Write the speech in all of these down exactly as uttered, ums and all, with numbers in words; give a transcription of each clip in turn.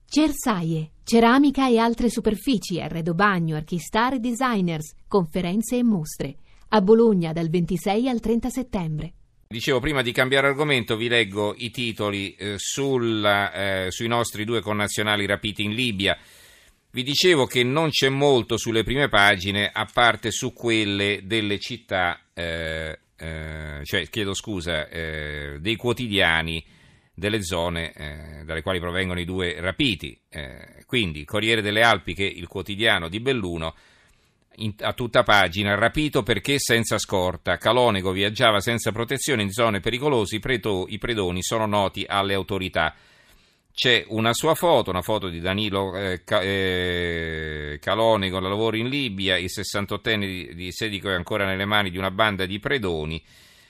Cersaie, ceramica e altre superfici, arredo bagno, archistar e designers, conferenze e mostre. A Bologna dal ventisei al trenta settembre. Dicevo, prima di cambiare argomento vi leggo i titoli eh, sulla, eh, sui nostri due connazionali rapiti in Libia. Vi dicevo che non c'è molto sulle prime pagine, a parte su quelle delle città, eh, eh, cioè chiedo scusa, eh, dei quotidiani delle zone eh, dalle quali provengono i due rapiti. Eh, quindi Corriere delle Alpi, che è il quotidiano di Belluno, in, a tutta pagina: rapito perché senza scorta, Calonego viaggiava senza protezione in zone pericolose, i, preto, i predoni sono noti alle autorità. C'è una sua foto, una foto di Danilo eh, eh, Calonego, lavoro in Libia, il sessantottenne di, di Sedico è ancora nelle mani di una banda di predoni.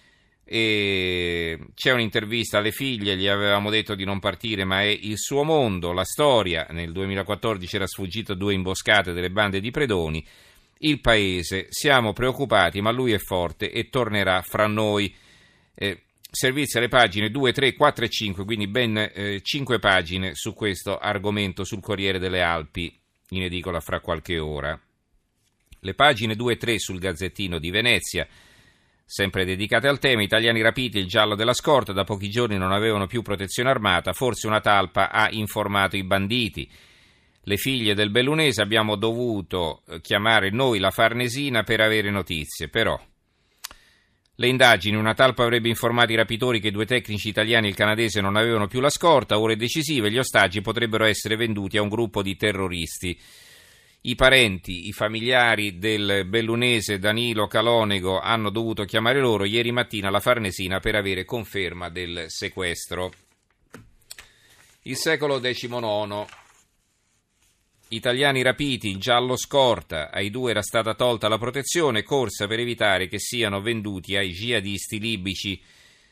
E c'è un'intervista alle figlie, gli avevamo detto di non partire ma è il suo mondo, la storia, nel duemilaquattordici era sfuggito a due imboscate delle bande di predoni. Il paese, siamo preoccupati ma lui è forte e tornerà fra noi. Eh, servizi alle pagine due, tre, quattro e cinque, quindi ben eh, cinque pagine su questo argomento sul Corriere delle Alpi, in edicola fra qualche ora. Le pagine due e tre sul Gazzettino di Venezia, sempre dedicate al tema: italiani rapiti, il giallo della scorta, da pochi giorni non avevano più protezione armata, forse una talpa ha informato i banditi. Le figlie del bellunese, abbiamo dovuto chiamare noi la Farnesina per avere notizie, però le indagini, una talpa avrebbe informato i rapitori che due tecnici italiani e il canadese non avevano più la scorta, ore decisive, gli ostaggi potrebbero essere venduti a un gruppo di terroristi. I parenti, i familiari del bellunese Danilo Calonego hanno dovuto chiamare loro ieri mattina la Farnesina per avere conferma del sequestro. Il secolo diciannove. Italiani rapiti, il giallo scorta, ai due era stata tolta la protezione, corsa per evitare che siano venduti ai jihadisti libici.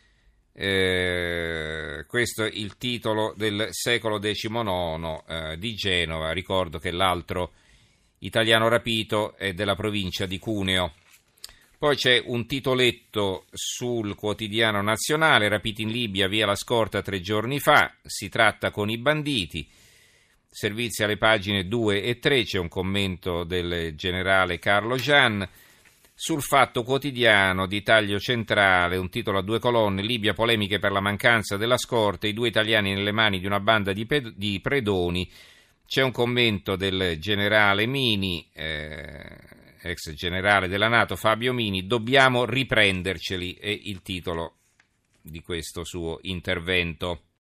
Eh, questo è il titolo del secolo diciannove eh, di Genova. Ricordo che l'altro italiano rapito è della provincia di Cuneo. Poi c'è un titoletto sul quotidiano nazionale: rapiti in Libia, via la scorta tre giorni fa, si tratta con i banditi. Servizi alle pagine due e tre, c'è un commento del generale Carlo Gian. Sul Fatto Quotidiano di taglio centrale, un titolo a due colonne: Libia, polemiche per la mancanza della scorta, i due italiani nelle mani di una banda di, ped- di predoni. C'è un commento del generale Mini, eh, ex generale della NATO, Fabio Mini: dobbiamo riprenderceli, è il titolo di questo suo intervento.